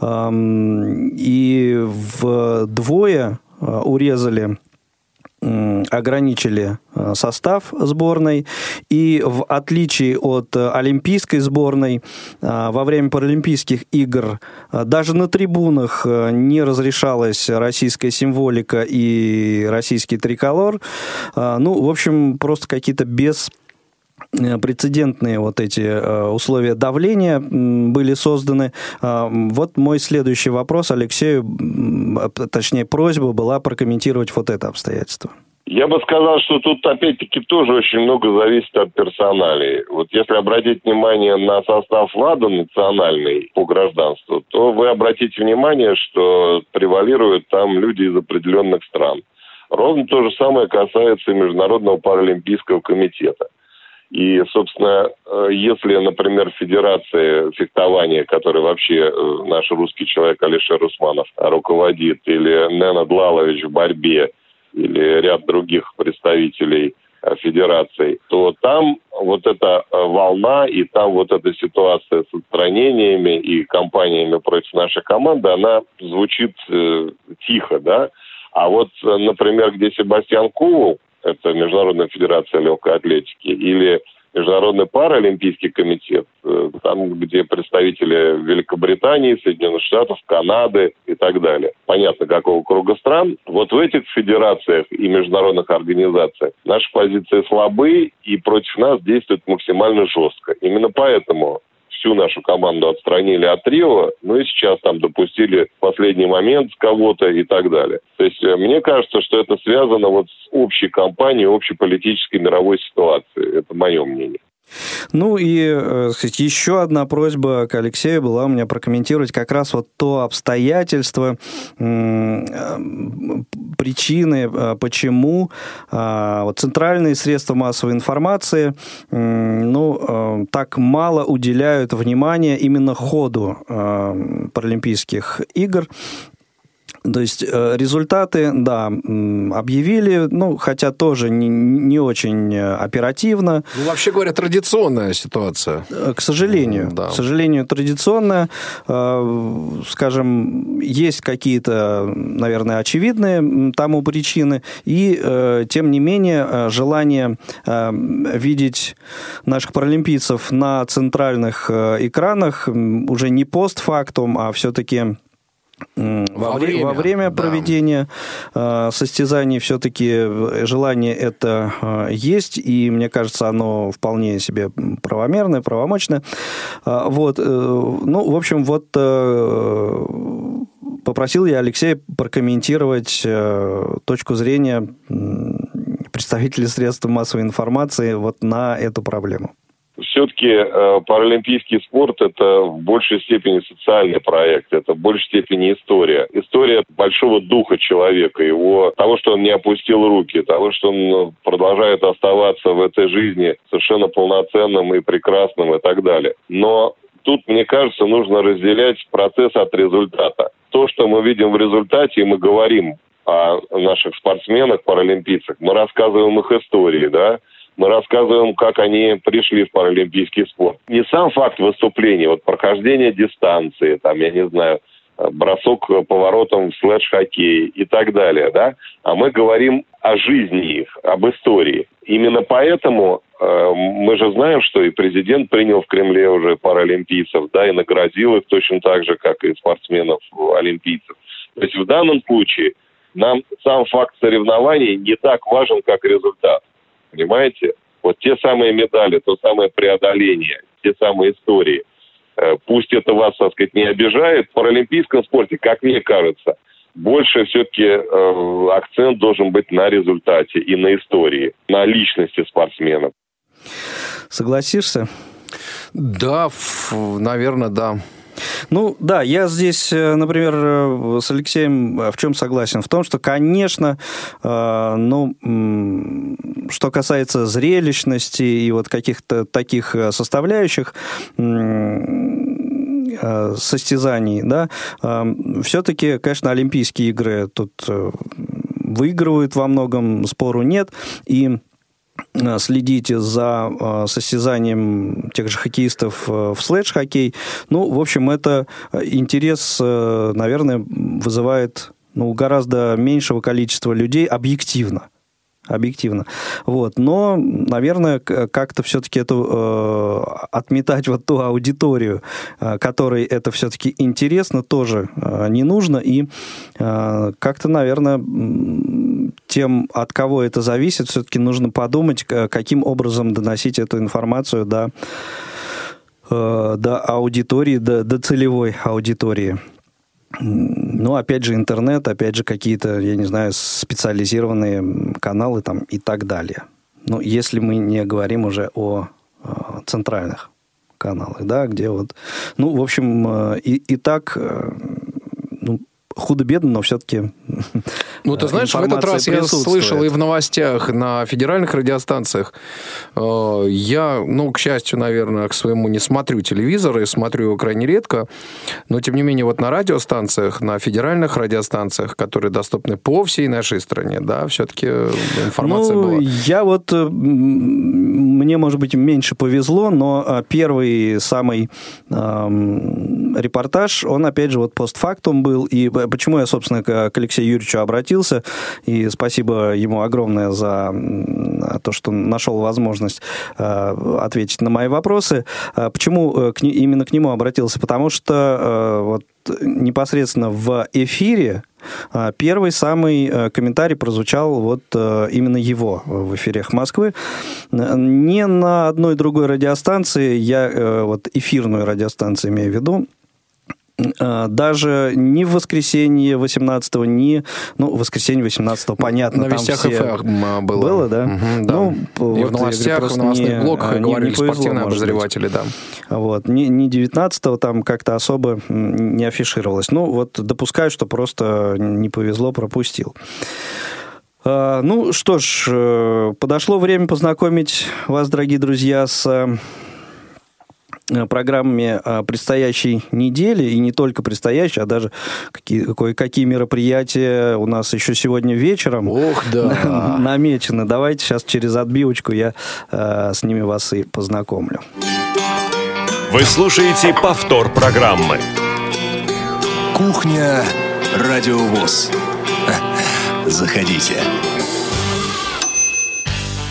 и вдвое урезали... ограничили состав сборной, и в отличие от олимпийской сборной, во время паралимпийских игр даже на трибунах не разрешалась российская символика и российский триколор. Ну, в общем, просто какие-то без... прецедентные вот эти условия давления были созданы. Вот мой следующий вопрос Алексею, точнее, просьба была прокомментировать вот это обстоятельство. Я бы сказал, что тут опять-таки тоже очень много зависит от персоналей. Вот если обратить внимание на состав ЛАДа национальный по гражданству, то вы обратите внимание, что превалируют там люди из определенных стран. Ровно то же самое касается и Международного паралимпийского комитета. И, собственно, если, например, Федерация фехтования, которой вообще наш русский человек Алишер Усманов руководит, или Нена Длалович в борьбе, или ряд других представителей федераций, то там вот эта волна и там вот эта ситуация с отстранениями и кампаниями против нашей команды, она звучит э, тихо, да. А вот, например, где Себастьян Кувол, это Международная федерация легкой атлетики, или Международный паралимпийский комитет, там, где представители Великобритании, Соединенных Штатов, Канады и так далее. Понятно, какого круга стран. Вот в этих федерациях и международных организациях наши позиции слабы и против нас действуют максимально жестко. Именно поэтому всю нашу команду отстранили от Рио, ну и сейчас там допустили в последний момент кого-то и так далее. То есть мне кажется, что это связано вот с общей кампанией, общей политической мировой ситуацией. Это мое мнение. Ну и э, еще одна просьба к Алексею была у меня прокомментировать как раз вот то обстоятельство, э, причины, э, почему э, вот центральные средства массовой информации э, ну, э, так мало уделяют внимания именно ходу э, Паралимпийских игр. То есть результаты, да, объявили, ну, хотя тоже не, не очень оперативно. Ну, вообще говоря, традиционная ситуация. К сожалению. Да. К сожалению, традиционная. Скажем, есть какие-то, наверное, очевидные тому причины. И, тем не менее, желание видеть наших паралимпийцев на центральных экранах уже не постфактум, а все-таки Во, во время, во время да. проведения э, состязаний все-таки желание это э, есть, и мне кажется, оно вполне себе правомерное, правомочное. Э, вот, э, ну, в общем, вот э, попросил я Алексея прокомментировать э, точку зрения э, представителей средств массовой информации вот на эту проблему. Все-таки э, паралимпийский спорт – это в большей степени социальный проект, это в большей степени история. История большого духа человека, его, того, что он не опустил руки, того, что он продолжает оставаться в этой жизни совершенно полноценным и прекрасным и так далее. Но тут, мне кажется, нужно разделять процесс от результата. То, что мы видим в результате, и мы говорим о наших спортсменах, паралимпийцах, мы рассказываем их истории, да, мы рассказываем, как они пришли в паралимпийский спорт. Не сам факт выступления, вот прохождение дистанции, там, я не знаю, бросок поворотом в слэдж-хоккей и так далее, да, а мы говорим о жизни их, об истории. Именно поэтому э, мы же знаем, что и президент принял в Кремле уже паралимпийцев, да, и наградил их точно так же, как и спортсменов-олимпийцев. То есть в данном случае нам сам факт соревнований не так важен, как результат. Понимаете? Вот те самые медали, то самое преодоление, те самые истории. Пусть это вас, так сказать, не обижает. В паралимпийском спорте, как мне кажется, больше все-таки э, акцент должен быть на результате и на истории, на личности спортсменов. Согласишься? Да, наверное, да. Ну, да, я здесь, например, с Алексеем в чем согласен? В том, что, конечно, ну, что касается зрелищности и вот каких-то таких составляющих состязаний, да, все-таки, конечно, Олимпийские игры тут выигрывают во многом, спору нет, и следите за состязанием тех же хоккеистов в слэдж-хоккей. Ну, в общем, это интерес, наверное, вызывает ну, гораздо меньшего количества людей объективно. Объективно. Вот. Но, наверное, как-то все-таки это э, отметать вот ту аудиторию, э, которой это все-таки интересно, тоже э, не нужно. И э, как-то, наверное, тем, от кого это зависит, все-таки нужно подумать, каким образом доносить эту информацию до, э, до аудитории, до, до целевой аудитории. Ну, опять же, интернет, опять же, какие-то, я не знаю, специализированные каналы там и так далее. Ну, если мы не говорим уже о, о центральных каналах, да, где вот... Ну, в общем, и, и так... Ну, худо-бедно, но все-таки Ну, ты знаешь, в этот раз я слышал и в новостях на федеральных радиостанциях. Я, ну, к счастью, наверное, к своему не смотрю телевизор и смотрю его крайне редко, но, тем не менее, вот на радиостанциях, на федеральных радиостанциях, которые доступны по всей нашей стране, да, все-таки информация ну, была. Я вот... Мне, может быть, меньше повезло, но первый самый эм, репортаж, он, опять же, вот постфактум был, и почему я, собственно, к Алексею Юрьевичу обратился, и спасибо ему огромное за то, что нашел возможность э, ответить на мои вопросы. Почему к, именно к нему обратился? Потому что э, вот непосредственно в эфире первый самый комментарий прозвучал вот именно его в эфире «Эхо Москвы». Не на одной другой радиостанции, я вот эфирную радиостанцию имею в виду, даже ни в воскресенье восемнадцатого, ни... Ну, в воскресенье восемнадцатого, понятно, на там Вестях все... эф эм было. Было, да? Угу, да. Ну, и вот, в новостях, в новостных не, блоках не, говорили не повезло, спортивные обозреватели, да. Вот. Не, не девятнадцатого там как-то особо не афишировалось. Ну, вот допускаю, что просто не повезло, пропустил. Ну, что ж, подошло время познакомить вас, дорогие друзья, с программами предстоящей недели, и не только предстоящей, а даже какие, кое-какие мероприятия у нас еще сегодня вечером Ох, да. намечены. Давайте сейчас через отбивочку я э, с ними вас и познакомлю. Вы слушаете повтор программы. Кухня Радио ВОС. Заходите.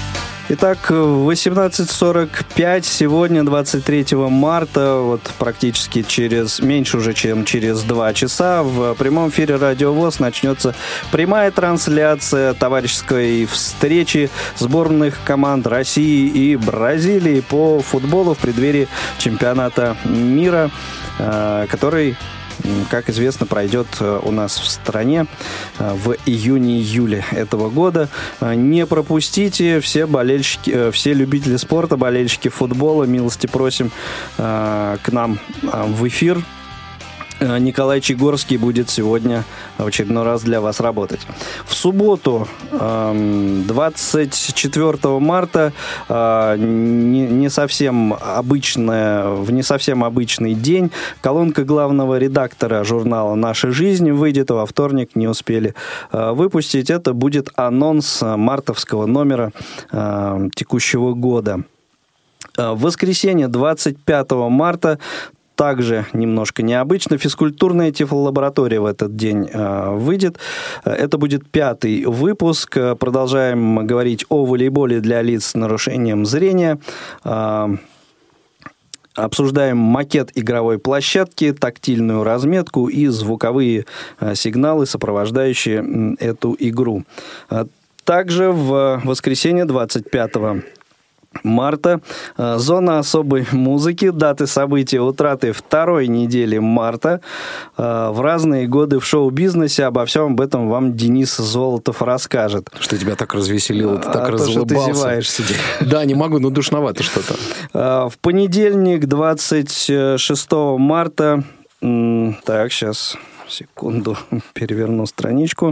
Итак, в восемнадцать сорок пять сегодня, двадцать третьего марта, вот практически через, меньше уже, чем через два часа, в прямом эфире Радио ВОС начнется прямая трансляция товарищеской встречи сборных команд России и Бразилии по футболу в преддверии чемпионата мира, который, как известно, пройдет у нас в стране в июне-июле этого года. Не пропустите, все болельщики, все любители спорта, болельщики футбола, милости просим к нам в эфир. Николай Чигорский будет сегодня в очередной раз для вас работать. В субботу, двадцать четвёртого марта, не совсем обычная, в не совсем обычный день, колонка главного редактора журнала «Наша жизнь» выйдет, во вторник не успели выпустить. Это будет анонс мартовского номера текущего года. В воскресенье, двадцать пятого марта, также немножко необычно. Физкультурная тифлолаборатория в этот день э, выйдет. Это будет пятый выпуск. Продолжаем говорить о волейболе для лиц с нарушением зрения. Э, обсуждаем макет игровой площадки, тактильную разметку и звуковые э, сигналы, сопровождающие э, эту игру. Также в воскресенье, двадцать пятого марта, зона особой музыки, даты события утраты второй недели марта. В разные годы в шоу-бизнесе обо всем об этом вам Денис Золотов расскажет. Что тебя так развеселило, ты так а разулыбался. То, что ты зеваешь, сиди. Да, не могу, но душновато что-то. В понедельник, двадцать шестого марта, так, сейчас, секунду, переверну страничку.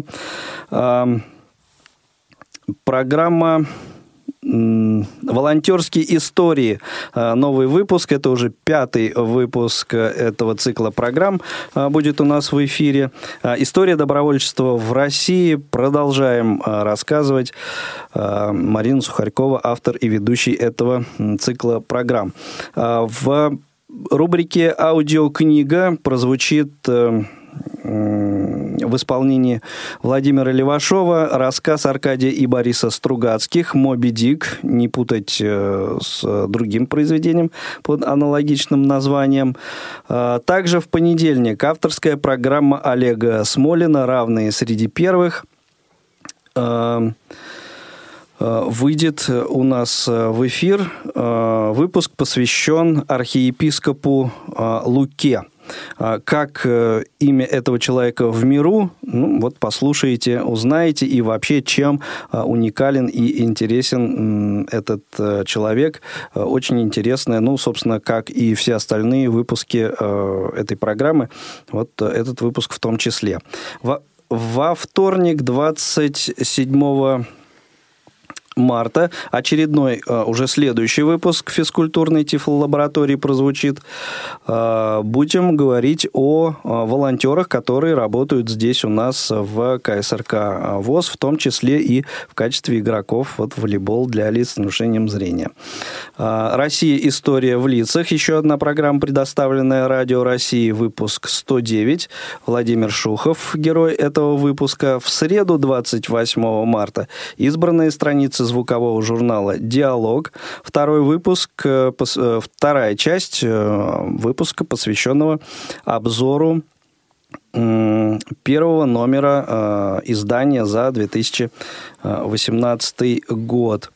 Программа «Волонтерские истории». Новый выпуск. Это уже пятый выпуск этого цикла программ будет у нас в эфире. История добровольчества в России. Продолжаем рассказывать. Марина Сухарькова, автор и ведущий этого цикла программ. В рубрике «Аудиокнига» прозвучит в исполнении Владимира Левашова рассказ Аркадия и Бориса Стругацких «Моби Дик», не путать с другим произведением под аналогичным названием. Также в понедельник авторская программа Олега Смолина «Равные среди первых» выйдет у нас в эфир. Выпуск посвящен архиепископу Луке. Как имя этого человека в миру, ну, вот послушайте, узнаете, и вообще, чем уникален и интересен этот человек. Очень интересное, ну, собственно, как и все остальные выпуски этой программы, вот этот выпуск в том числе. Во, во вторник, двадцать седьмого марта, очередной, уже следующий выпуск физкультурной тифлолаборатории прозвучит. Будем говорить о волонтерах, которые работают здесь у нас в ка эс эр ка ВОС, в том числе и в качестве игроков вот, в волейбол для лиц с нарушением зрения. Россия. История в лицах. Еще одна программа, предоставленная Радио России, выпуск сто девять. Владимир Шухов, герой этого выпуска. В среду, двадцать восьмого марта, избранные страницы звукового журнала «Диалог». Второй выпуск, вторая часть выпуска, посвященного обзору первого номера издания за две тысячи восемнадцатый год.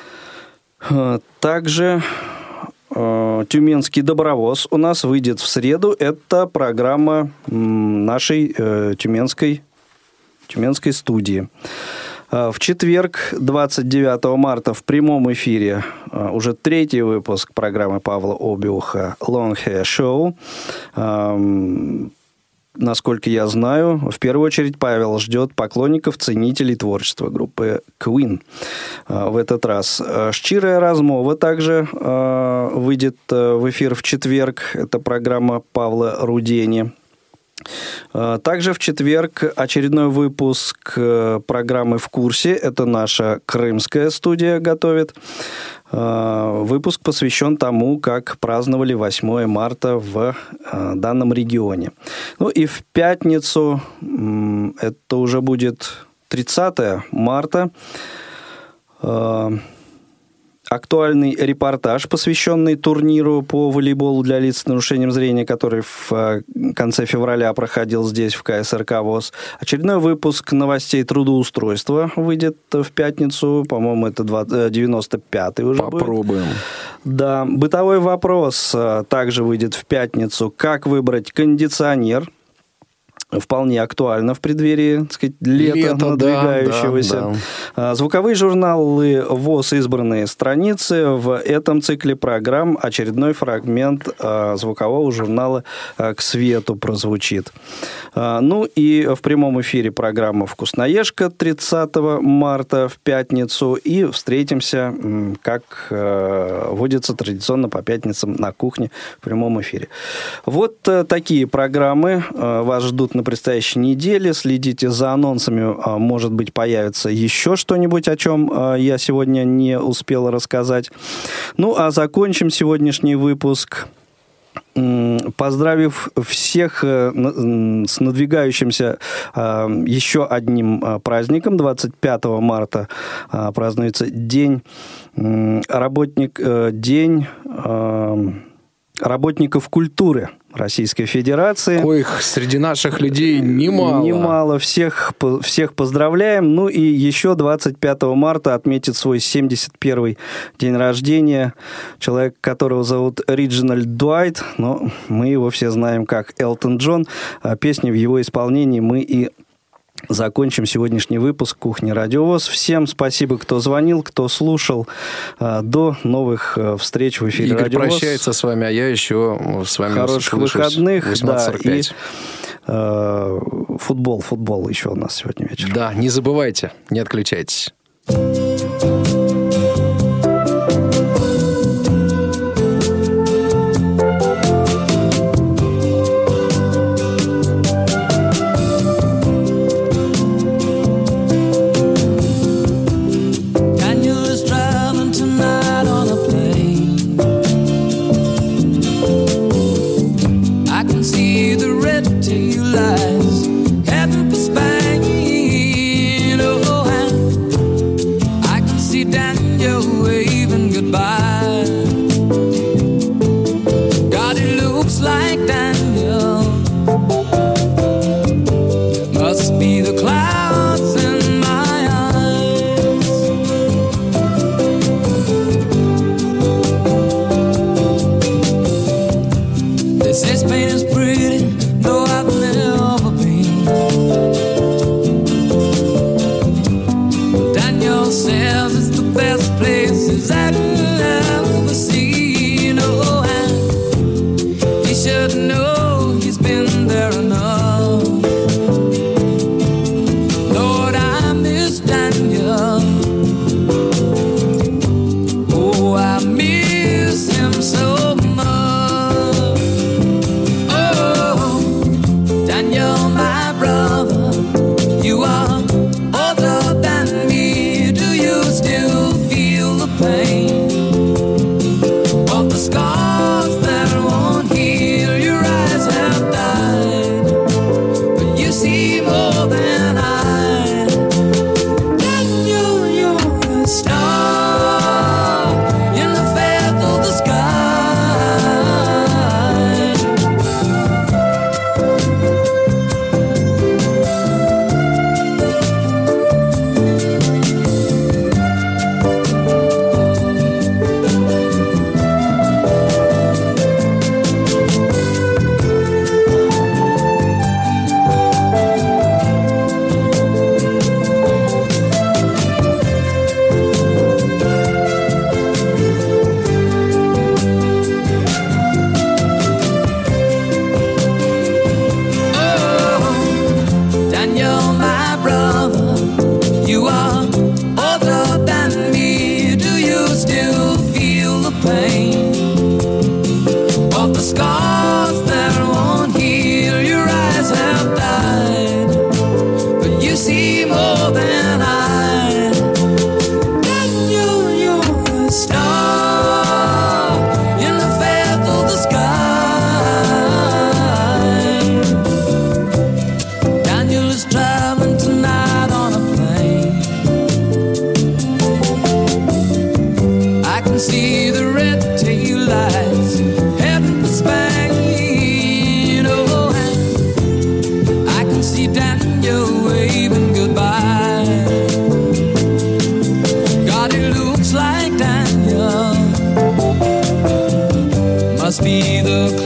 Также «Тюменский добровоз» у нас выйдет в среду. Это программа нашей тюменской, тюменской студии. В четверг, двадцать девятого марта, в прямом эфире уже третий выпуск программы Павла Обиуха «Long Hair Show». Насколько я знаю, в первую очередь Павел ждет поклонников, ценителей творчества группы Queen в этот раз. «Щирая размова» также выйдет в эфир в четверг. Это программа Павла Рудени. Также в четверг очередной выпуск программы «В курсе». Это наша крымская студия готовит. Выпуск посвящен тому, как праздновали восьмое марта в данном регионе. Ну и в пятницу, это уже будет тридцатое марта, актуальный репортаж, посвященный турниру по волейболу для лиц с нарушением зрения, который в конце февраля проходил здесь, в ка эс эр ка ВОС. Очередной выпуск новостей трудоустройства выйдет в пятницу. По-моему, это девяносто пятый уже будет. Попробуем. Да. Бытовой вопрос также выйдет в пятницу. Как выбрать кондиционер? Вполне актуально в преддверии, так сказать, лета, лета надвигающегося. Да, да, да. Звуковые журналы ВОС «Избранные страницы». В этом цикле программ очередной фрагмент звукового журнала «К свету» прозвучит. Ну и в прямом эфире программа «Вкусноежка» тридцатого марта в пятницу. И встретимся, как водится традиционно по пятницам на кухне в прямом эфире. Вот такие программы вас ждут на предстоящей неделе. Следите за анонсами. Может быть, появится еще что-нибудь, о чем я сегодня не успел рассказать. Ну, а закончим сегодняшний выпуск, поздравив всех с надвигающимся еще одним праздником. двадцать пятого марта празднуется день работник, день работников культуры Российской Федерации. Коих среди наших людей немало. Немало. Всех, всех поздравляем. Ну и еще двадцать пятого марта отметит свой семьдесят первый день рождения человек, которого зовут Реджинальд Дуайт, но мы его все знаем как Элтон Джон. Песни в его исполнении мы и закончим сегодняшний выпуск «Кухни Радио ВОС». Всем спасибо, кто звонил, кто слушал. До новых встреч в эфире Игорь Радио ВОС. Прощается с вами, а я еще с вами хороших выходных. восемнадцать сорок пять. Да, и э, футбол, футбол еще у нас сегодня вечером. Да, не забывайте, не отключайтесь. I see the red tail lights heading for Spain. Oh, and I can see Daniel waving goodbye. God, it looks like Daniel must be the